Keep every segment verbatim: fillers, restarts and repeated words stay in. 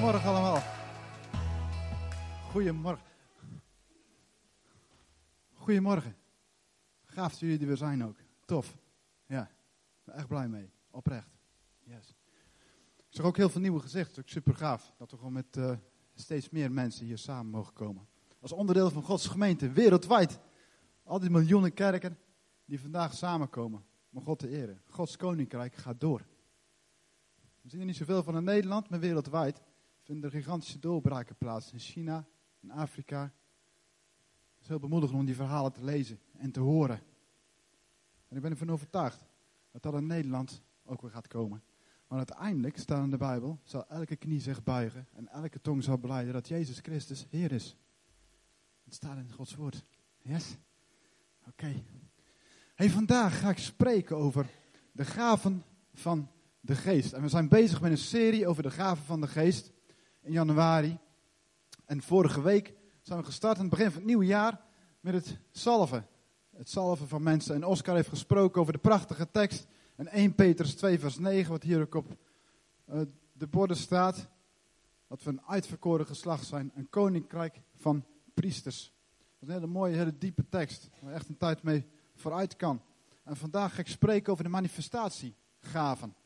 Goedemorgen allemaal. Goedemorgen. Goedemorgen. Gaaf dat jullie er weer zijn ook. Tof. Ja, ik ben echt blij mee. Oprecht. Yes. Ik zag ook heel veel nieuwe gezichten. Ook super gaaf dat we gewoon met uh, steeds meer mensen hier samen mogen komen. Als onderdeel van Gods gemeente, wereldwijd. Al die miljoenen kerken die vandaag samenkomen om God te eren. Gods koninkrijk gaat door. We zien er niet zoveel van in Nederland, maar wereldwijd vinden er gigantische doorbraken plaats. In China, in Afrika. Het is heel bemoedigend om die verhalen te lezen en te horen. En ik ben ervan overtuigd dat dat in Nederland ook weer gaat komen. Maar uiteindelijk staat in de Bijbel, zal elke knie zich buigen en elke tong zal belijden dat Jezus Christus Heer is. Het staat in Gods woord. Yes? Oké. Okay. Hey, vandaag ga ik spreken over de gaven van de geest. En we zijn bezig met een serie over de gaven van de geest in januari. En vorige week zijn we gestart aan het begin van het nieuwe jaar met het zalven. Het zalven van mensen. En Oscar heeft gesproken over de prachtige tekst in eerste Petrus twee vers negen, wat hier ook op uh, de borden staat. Dat we een uitverkoren geslacht zijn, een koninkrijk van priesters. Dat is een hele mooie, hele diepe tekst, waar je echt een tijd mee vooruit kan. En vandaag ga ik spreken over de manifestatiegaven.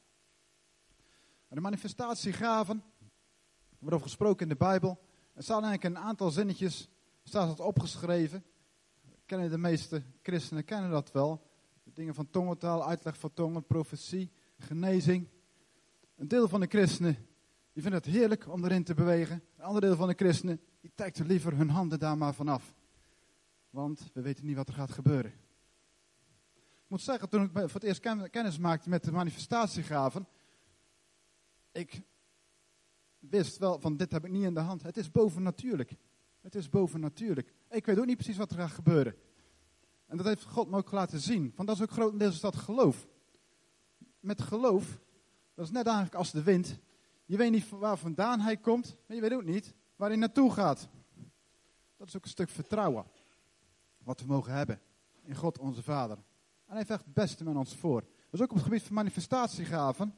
En de manifestatiegaven, wordt over gesproken in de Bijbel. Er staan eigenlijk een aantal zinnetjes, staat dat opgeschreven. Kennen de meeste christenen kennen dat wel. De dingen van tongentaal, uitleg van tongen, profetie, genezing. Een deel van de christenen, die vinden het heerlijk om erin te bewegen. Een ander deel van de christenen, die trekt er liever hun handen daar maar vanaf. Want we weten niet wat er gaat gebeuren. Ik moet zeggen, toen ik voor het eerst kennis maakte met de manifestatiegaven, ik wist wel van dit heb ik niet in de hand. Het is bovennatuurlijk. Het is bovennatuurlijk. Ik weet ook niet precies wat er gaat gebeuren. En dat heeft God me ook laten zien. Want dat is ook grotendeels dat geloof. Met geloof, dat is net eigenlijk als de wind. Je weet niet waar vandaan hij komt, maar je weet ook niet waar hij naartoe gaat. Dat is ook een stuk vertrouwen. Wat we mogen hebben in God onze Vader. En hij heeft echt het beste met ons voor. Dus ook op het gebied van manifestatiegaven,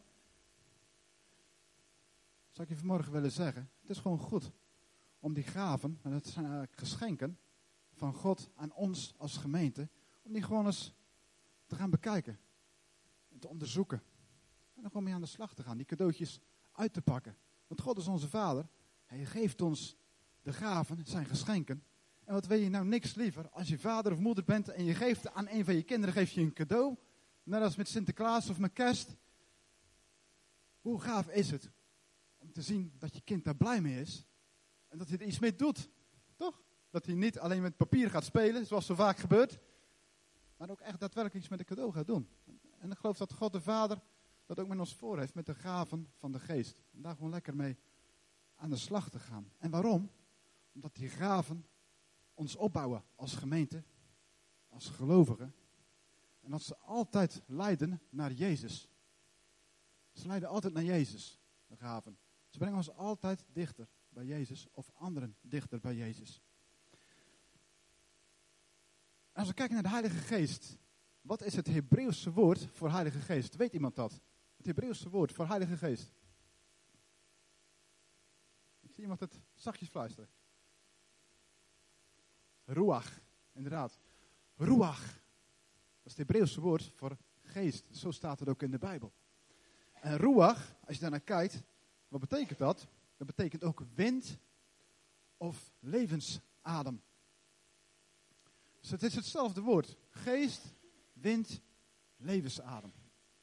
zou ik je vanmorgen willen zeggen, het is gewoon goed om die gaven, en dat zijn eigenlijk geschenken van God aan ons als gemeente, om die gewoon eens te gaan bekijken. En te onderzoeken. En dan gewoon mee aan de slag te gaan, die cadeautjes uit te pakken. Want God is onze Vader. Hij geeft ons de gaven, het zijn geschenken. En wat wil je nou niks liever als je vader of moeder bent en je geeft aan een van je kinderen geef je een cadeau. Net als met Sinterklaas of met kerst. Hoe gaaf is het om te zien dat je kind daar blij mee is. En dat hij er iets mee doet. Toch? Dat hij niet alleen met papier gaat spelen, zoals zo vaak gebeurt. Maar ook echt daadwerkelijk iets met een cadeau gaat doen. En ik geloof dat God de Vader dat ook met ons voor heeft. Met de gaven van de geest. Om daar gewoon lekker mee aan de slag te gaan. En waarom? Omdat die gaven ons opbouwen als gemeente. Als gelovigen. En dat ze altijd leiden naar Jezus. Ze leiden altijd naar Jezus. De gaven. Ze brengen ons altijd dichter bij Jezus of anderen dichter bij Jezus. En als we kijken naar de Heilige Geest, wat is het Hebreeuwse woord voor Heilige Geest? Weet iemand dat? Het Hebreeuwse woord voor Heilige Geest. Ik zie iemand het zachtjes fluisteren. Ruach, inderdaad. Ruach. Dat is het Hebreeuwse woord voor geest. Zo staat het ook in de Bijbel. En ruach, als je daarnaar kijkt, wat betekent dat? Dat betekent ook wind of levensadem. Dus het is hetzelfde woord. Geest, wind, levensadem.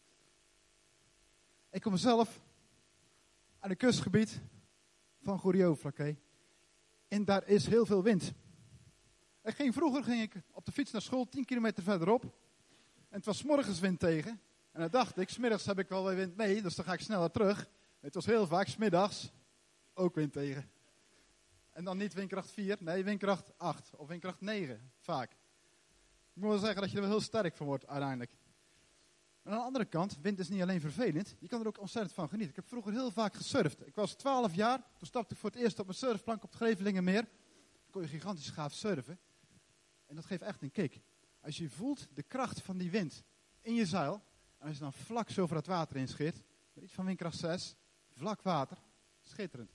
Ik kom zelf aan het kustgebied van Goeree-Vlakke. En daar is heel veel wind. Ik ging, vroeger ging ik op de fiets naar school, tien kilometer verderop. En het was 's morgens wind tegen. En dan dacht ik, 's middags heb ik wel weer wind mee, dus dan ga ik sneller terug. Het was heel vaak 's middags ook wind tegen. En dan niet windkracht vier, nee, windkracht acht of windkracht negen, vaak. Ik moet wel zeggen dat je er wel heel sterk van wordt uiteindelijk. Maar aan de andere kant, wind is niet alleen vervelend, je kan er ook ontzettend van genieten. Ik heb vroeger heel vaak gesurfd. Ik was twaalf jaar, toen stapte ik voor het eerst op mijn surfplank op het Grevelingenmeer. Dan kon je gigantisch gaaf surfen. En dat geeft echt een kick. Als je voelt de kracht van die wind in je zeil, en als je dan vlak zo over het water inscheert, met iets van windkracht zes, vlak water, schitterend.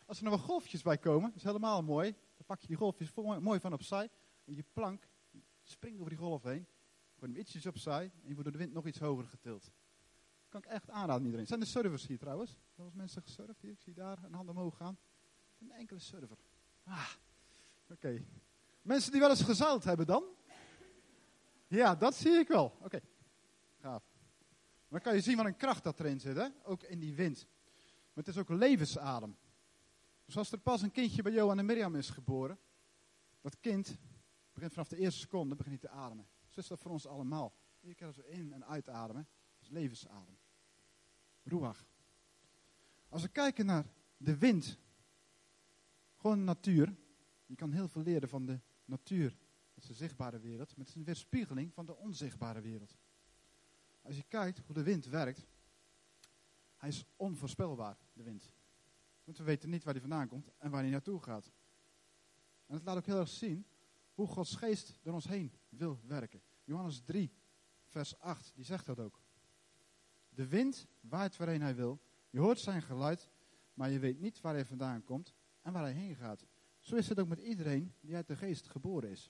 Als er nog wat golfjes bij komen, dat is helemaal mooi. Dan pak je die golfjes mooi van opzij. En je plank springt over die golf heen. Gooi hem ietsjes opzij en je wordt door de wind nog iets hoger getild. Dat kan ik echt aanraden iedereen. Zijn de surfers hier trouwens? Er zijn mensen gesurfd hier. Ik zie daar een hand omhoog gaan. Een enkele surfer. Ah, oké. Okay. Mensen die wel eens gezeild hebben dan? Ja, dat zie ik wel. Oké, okay. Gaaf. Dan kan je zien wat een kracht dat erin zit, hè? Ook in die wind. Maar het is ook levensadem. Dus als er pas een kindje bij Johan en Mirjam is geboren, dat kind begint vanaf de eerste seconde begint te ademen. Zo is dat voor ons allemaal. Iedere keer als we in- en uitademen, is levensadem. Ruach. Als we kijken naar de wind, gewoon de natuur. Je kan heel veel leren van de natuur. Dat is de zichtbare wereld, maar het is een weerspiegeling van de onzichtbare wereld. Als je kijkt hoe de wind werkt, hij is onvoorspelbaar, de wind. Want we weten niet waar hij vandaan komt en waar hij naartoe gaat. En het laat ook heel erg zien hoe Gods geest door ons heen wil werken. Johannes drie, vers acht, die zegt dat ook. De wind waait waarheen hij wil. Je hoort zijn geluid, maar je weet niet waar hij vandaan komt en waar hij heen gaat. Zo is het ook met iedereen die uit de geest geboren is.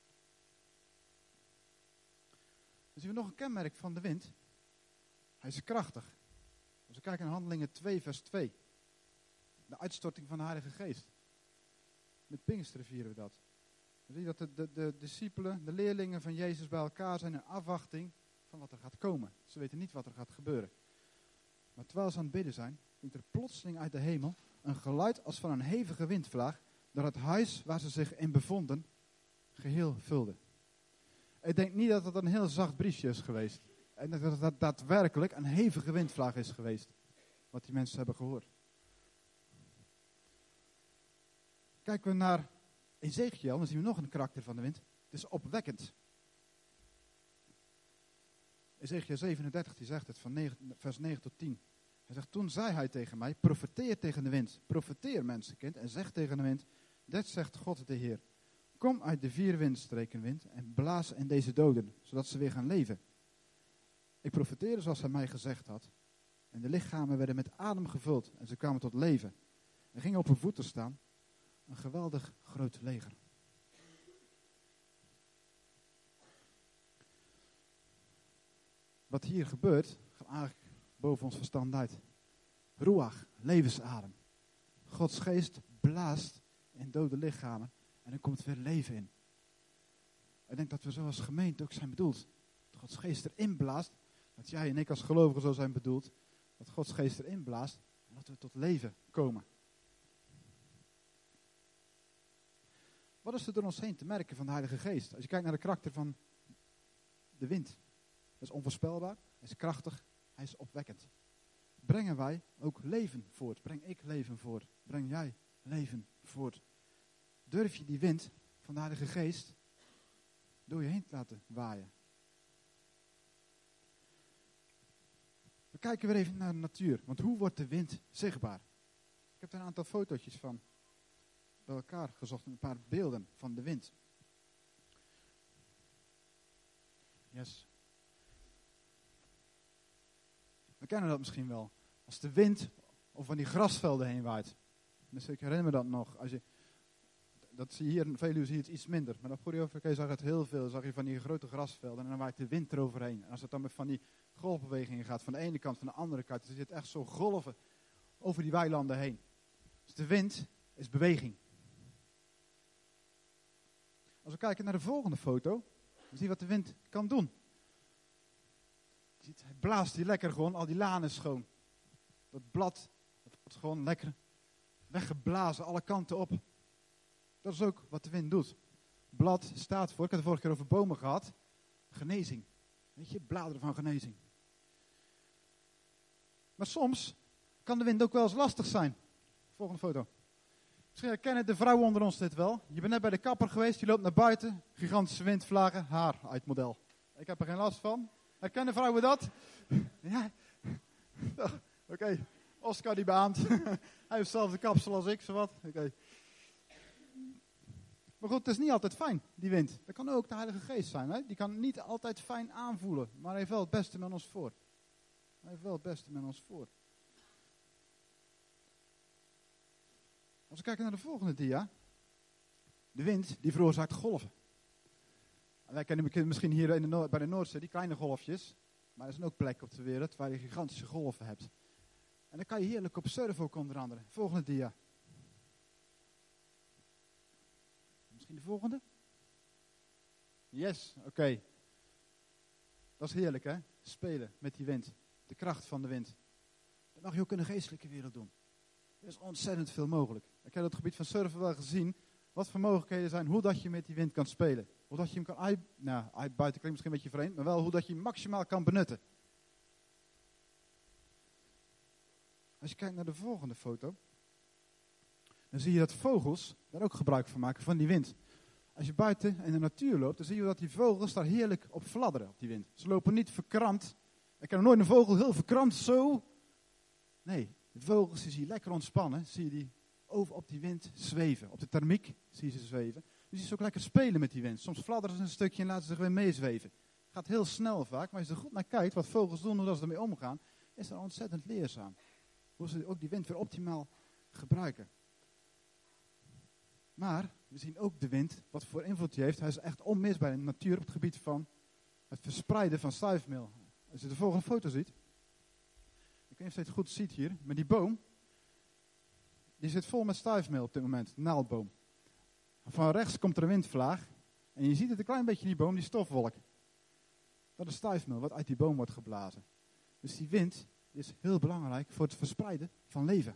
Dan zien we nog een kenmerk van de wind. Hij is krachtig. Als we kijken naar Handelingen twee, vers twee. De uitstorting van de Heilige Geest. Met Pinksteren vieren we dat. Dan zie je dat de, de, de discipelen, de leerlingen van Jezus bij elkaar zijn in afwachting van wat er gaat komen. Ze weten niet wat er gaat gebeuren. Maar terwijl ze aan het bidden zijn, klinkt er plotseling uit de hemel een geluid als van een hevige windvlaag, dat het huis waar ze zich in bevonden geheel vulde. Ik denk niet dat het een heel zacht briesje is geweest. En dat het daadwerkelijk een hevige windvlaag is geweest. Wat die mensen hebben gehoord. Kijken we naar Ezekiel, dan zien we nog een karakter van de wind. Het is opwekkend. Ezekiel zevenendertig, die zegt het van negen, vers negen tot tien. Hij zegt, toen zei hij tegen mij, profeteer tegen de wind. Profeteer, mensenkind, en zeg tegen de wind, dit zegt God de Heer. Kom uit de vier windstreken, wind, en blaas in deze doden, zodat ze weer gaan leven. Ik profeteerde zoals hij mij gezegd had. En de lichamen werden met adem gevuld en ze kwamen tot leven. En gingen op hun voeten staan. Een geweldig groot leger. Wat hier gebeurt, gaat eigenlijk boven ons verstand uit. Ruach, levensadem. Gods geest blaast in dode lichamen en er komt weer leven in. Ik denk dat we zo als gemeente ook zijn bedoeld. Dat Gods geest erin blaast, dat jij en ik als gelovigen zo zijn bedoeld. Dat Gods geest erin blaast en dat we tot leven komen. Wat is er door ons heen te merken van de Heilige Geest? Als je kijkt naar de karakter van de wind. Dat is onvoorspelbaar, hij is krachtig, hij is opwekkend. Brengen wij ook leven voort? Breng ik leven voort? Breng jij leven voort? Durf je die wind van de Heilige Geest door je heen te laten waaien? We kijken weer even naar de natuur. Want hoe wordt de wind zichtbaar? Ik heb er een aantal fotootjes van bij elkaar gezocht. Een paar beelden van de wind. Yes. We kennen dat misschien wel. Als de wind over van die grasvelden heen waait. Dus ik herinner me dat nog. Als je, dat zie je hier in Veluwe zie je het iets minder. Maar op Goeree-Overkee zag je het heel veel. Dan zag je van die grote grasvelden. En dan waait de wind eroverheen. En als het dan met van die golfbewegingen gaat. Van de ene kant, van de andere kant. Dan zit het echt zo golven over die weilanden heen. Dus de wind is beweging. Als we kijken naar de volgende foto. Dan zie je wat de wind kan doen. Je ziet, hij blaast die lekker gewoon. Al die laan is schoon. Dat blad. Dat wordt gewoon lekker weggeblazen. Alle kanten op. Dat is ook wat de wind doet. Blad staat voor, ik had het vorige keer over bomen gehad. Genezing. Weet je, bladeren van genezing. Maar soms kan de wind ook wel eens lastig zijn. Volgende foto. Misschien herkennen de vrouwen onder ons dit wel. Je bent net bij de kapper geweest, je loopt naar buiten. Gigantische windvlagen, haar uit model. Ik heb er geen last van. Herkennen vrouwen dat? Ja. Oké, okay. Oscar die beaamt. Hij heeft hetzelfde kapsel als ik, zowat. Oké. Okay. Maar goed, het is niet altijd fijn, die wind. Dat kan ook de Heilige Geest zijn. Hè? Die kan niet altijd fijn aanvoelen. Maar hij heeft wel het beste met ons voor. Hij heeft wel het beste met ons voor. Als we kijken naar de volgende dia. De wind die veroorzaakt golven. En wij kennen misschien hier in de Noord, bij de Noordzee die kleine golfjes. Maar er zijn ook plekken op de wereld waar je gigantische golven hebt. En daar kan je heerlijk op surfen ook onder andere. Volgende dia. Misschien de volgende? Yes, oké. Okay. Dat is heerlijk, hè? Spelen met die wind. De kracht van de wind. Dat mag je ook in de geestelijke wereld doen. Er is ontzettend veel mogelijk. Ik heb op het gebied van surfen wel gezien wat voor mogelijkheden zijn, hoe dat je met die wind kan spelen. Hoe dat je hem kan uit, nou, uitbuiten klinkt misschien een beetje vreemd, maar wel hoe dat je hem maximaal kan benutten. Als je kijkt naar de volgende foto, dan zie je dat vogels daar ook gebruik van maken van die wind. Als je buiten in de natuur loopt, dan zie je dat die vogels daar heerlijk op fladderen op die wind. Ze lopen niet verkrampt. Ik heb nog nooit een vogel heel verkrampt zo. Nee, de vogels die zie je lekker ontspannen. Zie je die over op die wind zweven. Op de thermiek zie je ze zweven. Dus je ziet ze ook lekker spelen met die wind. Soms fladderen ze een stukje en laten ze zich weer meezweven. Het gaat heel snel vaak, maar als je er goed naar kijkt wat vogels doen, hoe ze ermee omgaan, is dat ontzettend leerzaam. Hoe ze ook die wind weer optimaal gebruiken. Maar we zien ook de wind, wat voor invloed die heeft. Hij is echt onmisbaar in de natuur op het gebied van het verspreiden van stuifmeel. Als je de volgende foto ziet. Ik weet niet of je het goed ziet hier. Maar die boom, die zit vol met stuifmeel op dit moment. De naaldboom. Van rechts komt er een windvlaag. En je ziet het een klein beetje in die boom, die stofwolk. Dat is stuifmeel wat uit die boom wordt geblazen. Dus die wind is heel belangrijk voor het verspreiden van leven.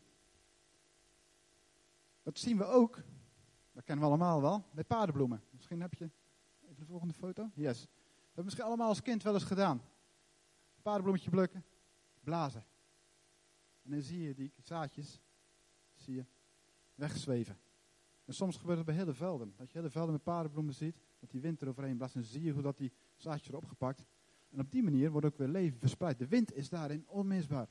Dat zien we ook, dat kennen we allemaal wel, bij paardenbloemen. Misschien heb je, even de volgende foto. Yes. Dat hebben we misschien allemaal als kind wel eens gedaan. Paardenbloemetje plukken, blazen. En dan zie je die zaadjes, zie je, wegzweven. En soms gebeurt het bij hele velden. Dat je hele velden met paardenbloemen ziet, dat die wind er overheen blaast. En dan zie je hoe dat die zaadjes worden opgepakt. En op die manier wordt ook weer leven verspreid. De wind is daarin onmisbaar.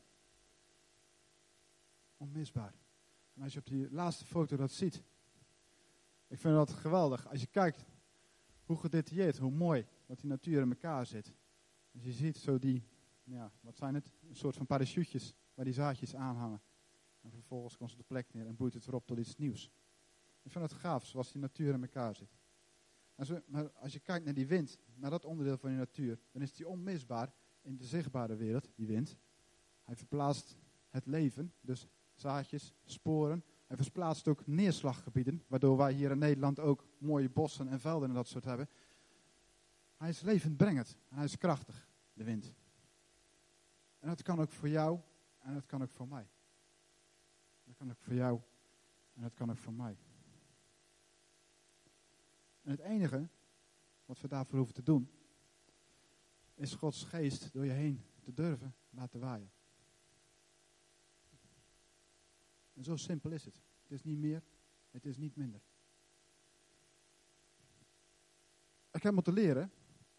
Onmisbaar. En als je op die laatste foto dat ziet. Ik vind dat geweldig. Als je kijkt hoe gedetailleerd, hoe mooi dat die natuur in elkaar zit. Dus je ziet zo die, ja, wat zijn het? Een soort van parachutjes waar die zaadjes aan hangen. En vervolgens komt ze op de plek neer en boeit het erop tot iets nieuws. Ik vind het gaaf zoals die natuur in elkaar zit. En zo, maar als je kijkt naar die wind, naar dat onderdeel van die natuur, dan is die onmisbaar in de zichtbare wereld, die wind. Hij verplaatst het leven, dus zaadjes, sporen. Hij verplaatst ook neerslaggebieden, waardoor wij hier in Nederland ook mooie bossen en velden en dat soort hebben. Hij is levendbrengend en hij is krachtig, de wind. En dat kan ook voor jou en dat kan ook voor mij. Dat kan ook voor jou en dat kan ook voor mij. En het enige wat we daarvoor hoeven te doen, is Gods geest door je heen te durven laten waaien. En zo simpel is het. Het is niet meer, het is niet minder. Ik heb moeten leren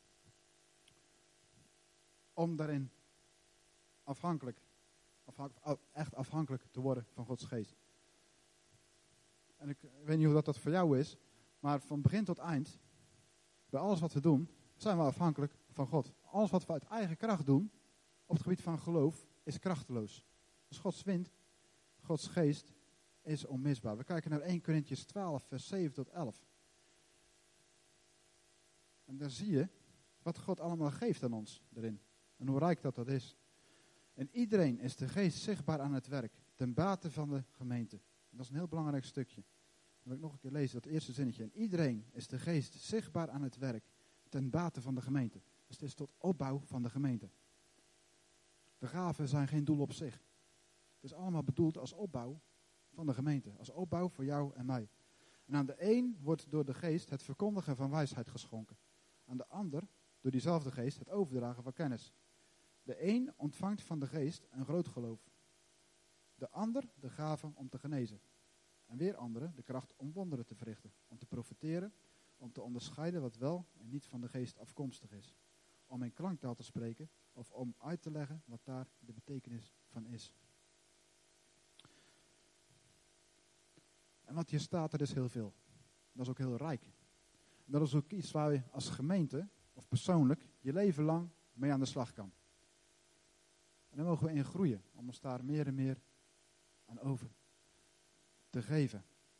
om daarin afhankelijk, afhankelijk, echt afhankelijk te worden van Gods geest. En ik weet niet hoe dat, dat voor jou is, maar van begin tot eind, bij alles wat we doen, zijn we afhankelijk van God. Alles wat we uit eigen kracht doen, op het gebied van geloof, is krachteloos. Dus Gods wind, Gods geest, is onmisbaar. We kijken naar eerste Korintiërs twaalf, vers zeven tot elf. En daar zie je wat God allemaal geeft aan ons erin. En hoe rijk dat dat is. En iedereen is de geest zichtbaar aan het werk, ten bate van de gemeente. En dat is een heel belangrijk stukje. Dan wil ik nog een keer lezen, dat eerste zinnetje. En iedereen is de geest zichtbaar aan het werk, ten bate van de gemeente. Dus het is tot opbouw van de gemeente. De gaven zijn geen doel op zich. Het is allemaal bedoeld als opbouw van de gemeente. Als opbouw voor jou en mij. En aan de een wordt door de geest het verkondigen van wijsheid geschonken. Aan de ander, door diezelfde geest, het overdragen van kennis. De een ontvangt van de geest een groot geloof. De ander de gave om te genezen. En weer anderen de kracht om wonderen te verrichten. Om te profiteren, om te onderscheiden wat wel en niet van de geest afkomstig is. Om in klanktaal te spreken of om uit te leggen wat daar de betekenis van is. En wat hier staat, er is heel veel. Dat is ook heel rijk. En dat is ook iets waar je als gemeente of persoonlijk je leven lang mee aan de slag kan. En daar mogen we in groeien, om ons daar meer en meer aan over te geven.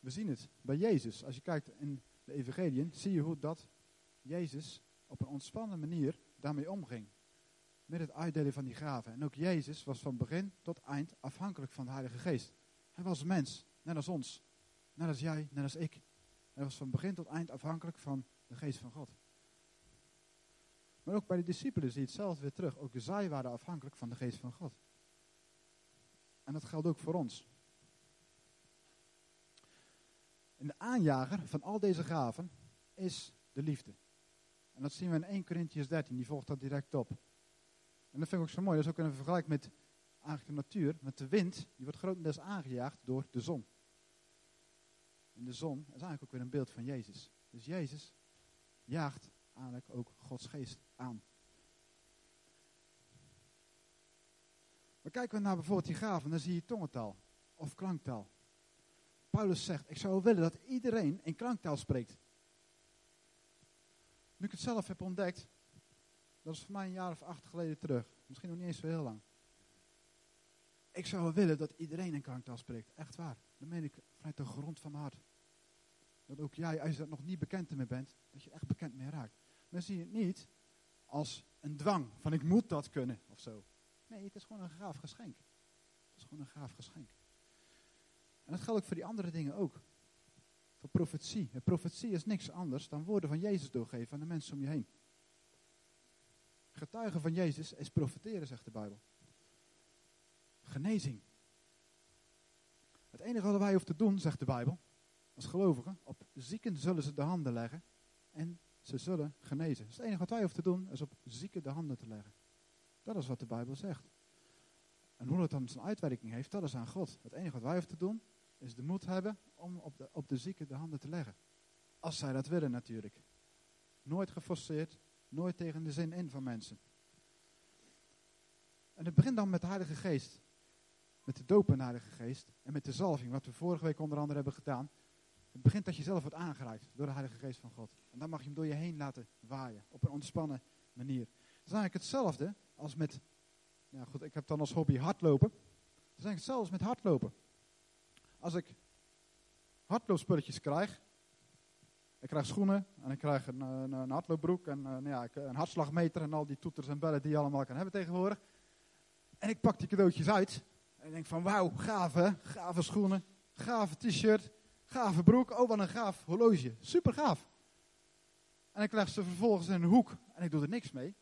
We zien het bij Jezus. Als je kijkt in de evangeliën, zie je hoe dat Jezus op een ontspannen manier daarmee omging. Met het uitdelen van die gaven. En ook Jezus was van begin tot eind afhankelijk van de Heilige Geest. Hij was een mens, net als ons. Net als jij, net als ik. Hij was van begin tot eind afhankelijk van de Geest van God. Maar ook bij de discipelen zie je hetzelfde weer terug. Ook zij waren afhankelijk van de Geest van God. En dat geldt ook voor ons. En de aanjager van al deze gaven is de liefde. En dat zien we in Eerste Korintiërs dertien, die volgt dat direct op. En dat vind ik ook zo mooi, dat is ook een vergelijk met eigenlijk de natuur, met de wind, die wordt grotendeels aangejaagd door de zon. En de zon is eigenlijk ook weer een beeld van Jezus. Dus Jezus jaagt eigenlijk ook Gods geest aan. Maar kijken we naar bijvoorbeeld die gaven, dan zie je tongentaal of klanktaal. Paulus zegt, ik zou willen dat iedereen in klanktaal spreekt. Nu ik het zelf heb ontdekt, dat is voor mij een jaar of acht geleden terug. Misschien nog niet eens zo heel lang. Ik zou wel willen dat iedereen in klanktaal spreekt. Echt waar. Dat meen ik vanuit de grond van mijn hart. Dat ook jij, als je er nog niet bekend mee bent, dat je er echt bekend mee raakt. Maar zie je het niet als een dwang. Van ik moet dat kunnen of zo. Nee, het is gewoon een gaaf geschenk. Het is gewoon een gaaf geschenk. En dat geldt ook voor die andere dingen ook. Voor profetie. En profetie is niks anders dan woorden van Jezus doorgeven aan de mensen om je heen. Getuigen van Jezus is profeteren, zegt de Bijbel. Genezing. Het enige wat wij hoeven te doen, zegt de Bijbel, als gelovigen, op zieken zullen ze de handen leggen en ze zullen genezen. Dus het enige wat wij hoeven te doen, is op zieken de handen te leggen. Dat is wat de Bijbel zegt. En hoe dat dan zijn uitwerking heeft, dat is aan God. Het enige wat wij hoeven te doen, is de moed hebben om op de, op de zieken de handen te leggen. Als zij dat willen natuurlijk. Nooit geforceerd, nooit tegen de zin in van mensen. En het begint dan met de Heilige Geest. Met de doop in de Heilige Geest. En met de zalving, wat we vorige week onder andere hebben gedaan. Het begint dat je zelf wordt aangeraakt door de Heilige Geest van God. En dan mag je hem door je heen laten waaien. Op een ontspannen manier. Het is eigenlijk hetzelfde als met, ja goed, ik heb dan als hobby hardlopen. Het is eigenlijk hetzelfde als met hardlopen. Als ik hardloopspulletjes krijg. Ik krijg schoenen en ik krijg een, een, een hardloopbroek en uh, nou ja, een hartslagmeter en al die toeters en bellen die je allemaal kan hebben tegenwoordig. En ik pak die cadeautjes uit en ik denk van wauw, gave, gave schoenen, gave t-shirt, gave broek, oh wat een gaaf horloge, super gaaf. En ik leg ze vervolgens in een hoek en ik doe er niks mee.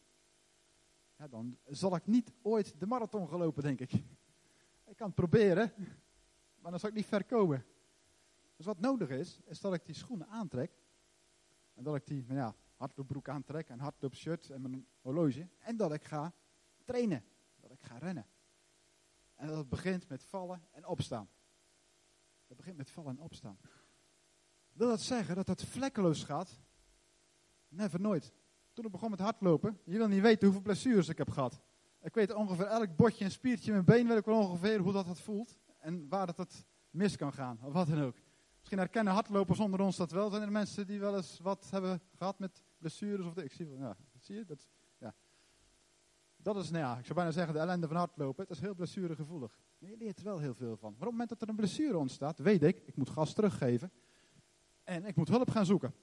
Ja, dan zal ik niet ooit de marathon gelopen, denk ik. Ik kan het proberen, maar dan zal ik niet ver komen. Dus wat nodig is, is dat ik die schoenen aantrek. En dat ik die nou ja, hardloopbroek aantrek en hardloopshirt en mijn horloge. En dat ik ga trainen. Dat ik ga rennen. En dat het begint met vallen en opstaan. Dat begint met vallen en opstaan. Wil dat zeggen dat dat vlekkeloos gaat? Never, nooit. Toen ik begon met hardlopen, je wil niet weten hoeveel blessures ik heb gehad. Ik weet ongeveer elk botje en spiertje in mijn been, weet ik wel ongeveer hoe dat het voelt. En waar dat het mis kan gaan, of wat dan ook. Misschien herkennen hardlopers onder ons dat wel. Zijn er mensen die wel eens wat hebben gehad met blessures? Of de, ik zie wel, ja, dat zie je? Dat, ja. dat is, nou ja, ik zou bijna zeggen de ellende van hardlopen. Het is heel blessuregevoelig. Maar je leert er wel heel veel van. Maar op het moment dat er een blessure ontstaat, weet ik, ik moet gas teruggeven. En ik moet hulp gaan zoeken.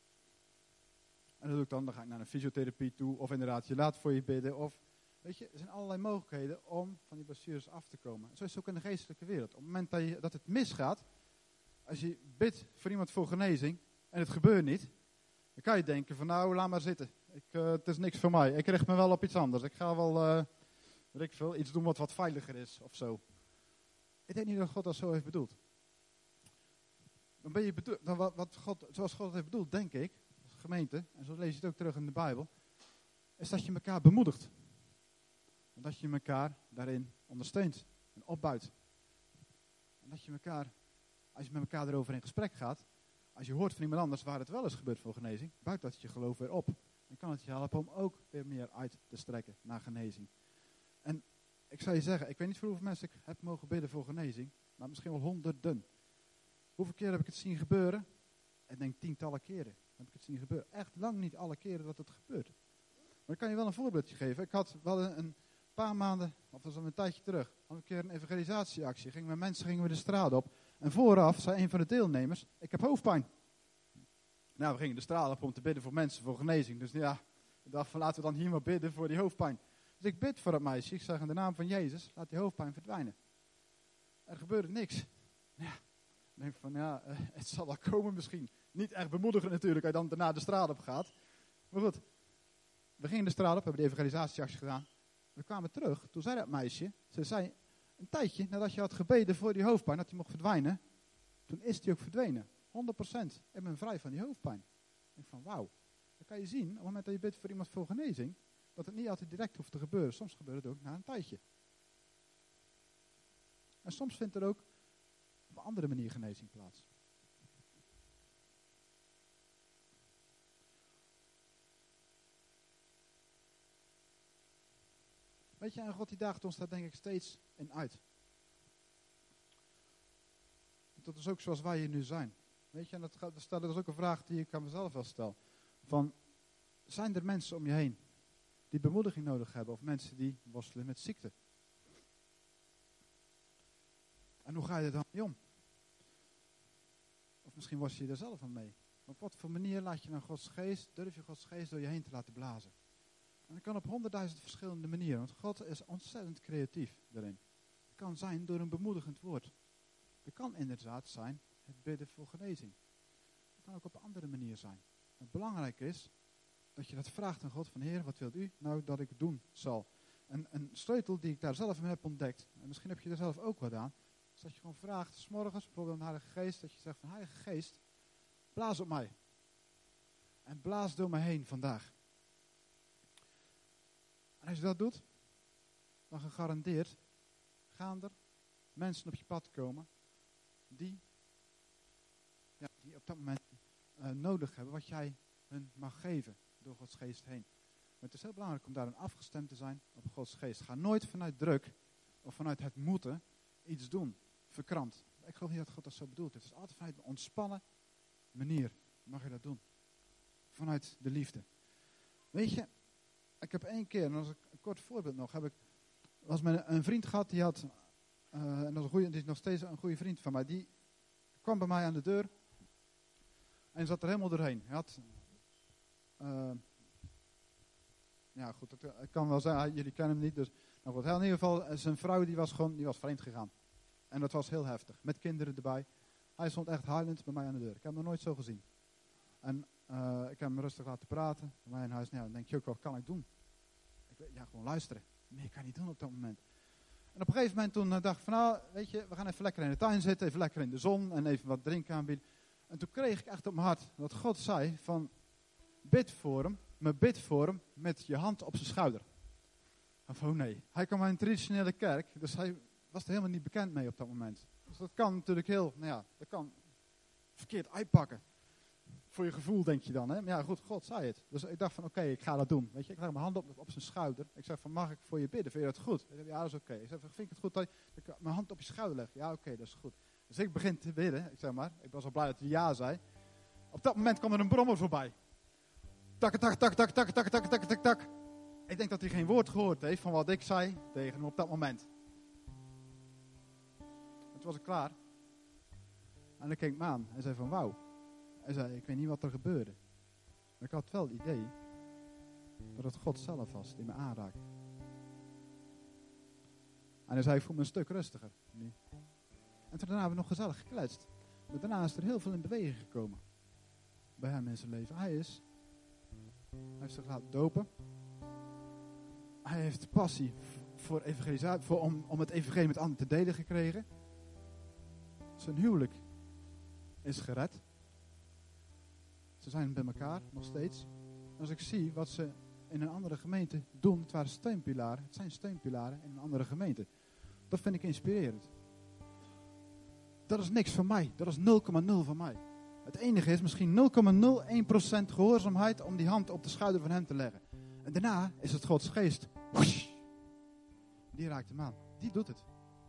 En dat doe ik dan, dan ga ik naar een fysiotherapie toe. Of inderdaad, je laat voor je bidden. Of, weet je, er zijn allerlei mogelijkheden om van die blessures af te komen. Zo is het ook in de geestelijke wereld. Op het moment dat, je, dat het misgaat, als je bidt voor iemand voor genezing en het gebeurt niet, dan kan je denken van nou, laat maar zitten. Ik, uh, het is niks voor mij. Ik richt me wel op iets anders. Ik ga wel, uh, weet ik veel, iets doen wat wat veiliger is of zo. Ik denk niet dat God dat zo heeft bedoeld. Dan ben je bedoeld, dan wat, wat God, zoals God het heeft bedoeld, denk ik, als gemeente, en zo lees je het ook terug in de Bijbel, is dat je elkaar bemoedigt. En dat je elkaar daarin ondersteunt en opbouwt. En dat je elkaar, als je met elkaar erover in gesprek gaat, als je hoort van iemand anders waar het wel is gebeurd voor genezing, buigt dat je geloof weer op. En kan het je helpen om ook weer meer uit te strekken naar genezing. En ik zou je zeggen, ik weet niet voor hoeveel mensen ik heb mogen bidden voor genezing, maar misschien wel honderden. Hoeveel keer heb ik het zien gebeuren? Ik denk tientallen keren heb ik het zien gebeuren. Echt lang niet alle keren dat het gebeurt. Maar ik kan je wel een voorbeeldje geven. Ik had wel een, een paar maanden, of dat was al een tijdje terug, had ik een keer een evangelisatieactie. Ging met mensen gingen we de straat op. En En vooraf zei een van de deelnemers, ik heb hoofdpijn. Nou, we gingen de straal op om te bidden voor mensen, voor genezing. Dus ja, ik dacht van laten we dan hier maar bidden voor die hoofdpijn. Dus ik bid voor dat meisje. Ik zeg in de naam van Jezus, laat die hoofdpijn verdwijnen. Er gebeurde niks. Ja, ik denk van ja, uh, het zal wel komen misschien. Niet echt bemoedigen natuurlijk, als je dan daarna de straat op gaat. Maar goed, we gingen de straat op, hebben de evangelisatieactie gedaan. We kwamen terug, toen zei dat meisje, ze zei, een tijdje nadat je had gebeden voor die hoofdpijn, dat die mocht verdwijnen, toen is die ook verdwenen. honderd procent. Ik ben vrij van die hoofdpijn. Ik denk van wauw. Dan kan je zien, op het moment dat je bidt voor iemand voor genezing, dat het niet altijd direct hoeft te gebeuren. Soms gebeurt het ook na een tijdje. En soms vindt er ook op een andere manier genezing plaats. Weet je, en God die daagt ons daar denk ik steeds in uit. Dat is ook zoals wij hier nu zijn. Weet je, en dat, gaat, dat is ook een vraag die ik aan mezelf wel stel. Van, zijn er mensen om je heen die bemoediging nodig hebben? Of mensen die worstelen met ziekte? En hoe ga je er dan mee om? Of misschien worstel je er zelf aan mee. Op wat voor manier laat je dan Gods geest, durf je Gods geest door je heen te laten blazen? En dat kan op honderdduizend verschillende manieren. Want God is ontzettend creatief daarin. Het kan zijn door een bemoedigend woord. Het kan inderdaad zijn het bidden voor genezing. Het kan ook op een andere manier zijn. Het belangrijke is dat je dat vraagt aan God van Heer, wat wilt u nou dat ik doen zal? En een sleutel die ik daar zelf in heb ontdekt, en misschien heb je er zelf ook wat aan, is dat je gewoon vraagt, 's morgens, bijvoorbeeld aan de Heilige Geest, dat je zegt van Heilige Geest, blaas op mij. En blaas door me heen vandaag. En als je dat doet, dan gegarandeerd gaan er mensen op je pad komen die, ja, die op dat moment uh, nodig hebben wat jij hun mag geven door Gods geest heen. Maar het is heel belangrijk om daarin afgestemd te zijn op Gods geest. Ga nooit vanuit druk of vanuit het moeten iets doen, verkrampt. Ik geloof niet dat God dat zo bedoelt. Het is altijd vanuit een ontspannen manier mag je dat doen. Vanuit de liefde. Weet je, ik heb één keer, en als ik een kort voorbeeld nog, heb ik was met een vriend gehad die had, uh, en dat is, een goeie, die is nog steeds een goede vriend van mij, die kwam bij mij aan de deur en zat er helemaal doorheen. Hij had, uh, ja goed, dat, ik kan wel zeggen, jullie kennen hem niet, dus, nou goed, in ieder geval, zijn vrouw die was gewoon, die was vreemd gegaan. En dat was heel heftig, met kinderen erbij. Hij stond echt huilend bij mij aan de deur. Ik heb hem nog nooit zo gezien. En uh, ik heb hem rustig laten praten. Bij mij in huis, nou, dan denk je ook, wat kan ik doen? Ik weet, ja, gewoon luisteren. Meer kan ik niet doen op dat moment. En op een gegeven moment toen uh, dacht ik van, nou, weet je, we gaan even lekker in de tuin zitten, even lekker in de zon en even wat drinken aanbieden. En toen kreeg ik echt op mijn hart dat God zei van, bid voor hem, maar bid voor hem met je hand op zijn schouder. Of oh nee, hij kwam uit een traditionele kerk, dus hij was er helemaal niet bekend mee op dat moment. Dus dat kan natuurlijk heel, nou ja, dat kan verkeerd uitpakken. Voor je gevoel denk je dan, hè. Maar ja, goed, God zei het. Dus ik dacht van, oké, okay, ik ga dat doen. Weet je, ik leg mijn hand op, op zijn schouder. Ik zeg van, mag ik voor je bidden? Vind je dat goed? Ik zeg, ja, dat is oké. Okay. Ik zeg, vind ik het goed dat ik mijn hand op je schouder leg? Ja, oké, okay, dat is goed. Dus ik begin te bidden, ik zeg maar. Ik was al blij dat hij ja zei. Op dat moment kwam er een brommer voorbij. Tak, tak, tak, tak, tak, tak, tak, tak, tak, tak. Ik denk dat hij geen woord gehoord heeft van wat ik zei tegen hem op dat moment. En toen was ik klaar. En dan keek ik me aan en zei van, wauw. Hij zei, ik weet niet wat er gebeurde. Maar ik had wel het idee dat het God zelf was die me aanraakte. En hij zei, ik voel me een stuk rustiger nu. En toen daarna hebben we nog gezellig gekletst. Maar daarna is er heel veel in beweging gekomen. Bij hem in zijn leven. Hij is, hij heeft zich laten dopen. Hij heeft passie voor evangelisatie, voor om, om het evangelie met anderen te delen gekregen. Zijn huwelijk is gered. Ze zijn bij elkaar, nog steeds. En als ik zie wat ze in een andere gemeente doen, het waren steunpilaren, het zijn steunpilaren in een andere gemeente. Dat vind ik inspirerend. Dat is niks van mij, dat is nul komma nul van mij. Het enige is misschien nul komma nul één procent gehoorzaamheid om die hand op de schouder van hem te leggen. En daarna is het Gods geest. Whoosh, die raakt hem aan, die doet het.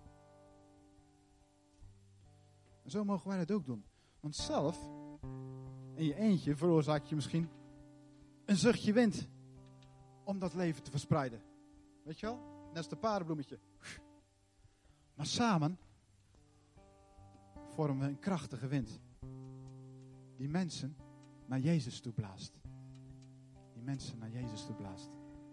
En zo mogen wij dat ook doen. Want zelf, in je eentje, veroorzaak je misschien een zuchtje wind om dat leven te verspreiden. Weet je wel? Net als een paardenbloemetje. Maar samen vormen we een krachtige wind. Die mensen naar Jezus toe blaast. Die mensen naar Jezus toe blaast.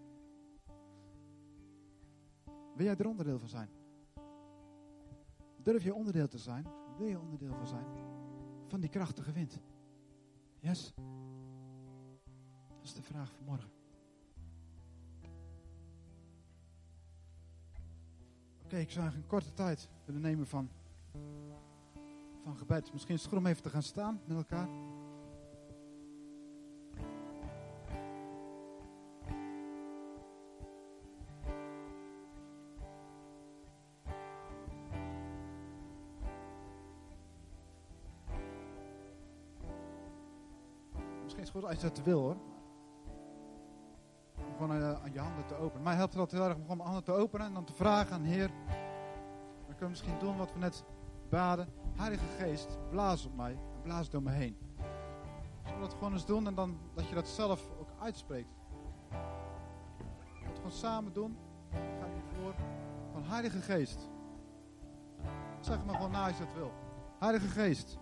Wil jij er onderdeel van zijn? Durf je onderdeel te zijn? Wil je onderdeel van zijn? Van die krachtige wind? Yes? Dat is de vraag van morgen. Oké, okay, ik zou een korte tijd willen nemen van, van gebed. Misschien is het goed om even te gaan staan met elkaar. Misschien is het goed als je dat wil hoor. Om gewoon uh, aan je handen te openen. Mij helpt het altijd heel erg om gewoon mijn handen te openen en dan te vragen aan de Heer. Dan kunnen we misschien doen wat we net baden. Heilige Geest, blaas op mij en blaas door me heen. Zullen we dat gewoon eens doen en dan dat je dat zelf ook uitspreekt. Dat we gewoon samen doen. Dan ga ik je voor. Van Heilige Geest. Zeg het maar gewoon na als je dat wil. Heilige Geest.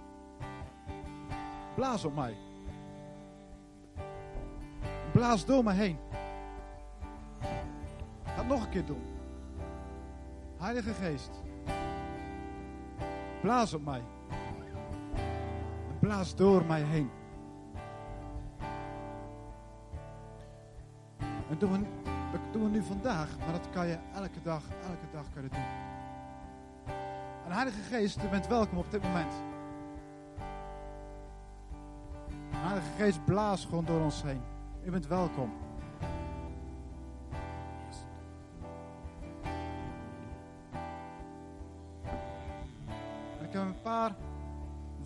Blaas op mij. Blaas door me heen. Ga het nog een keer doen. Heilige Geest. Blaas op mij. En blaas door mij heen. En doen we, dat doen we nu vandaag, maar dat kan je elke dag, elke dag kan je dat doen. En Heilige Geest, u bent welkom op dit moment. Heilige Geest, blaas gewoon door ons heen. U bent welkom. Yes. En ik heb een paar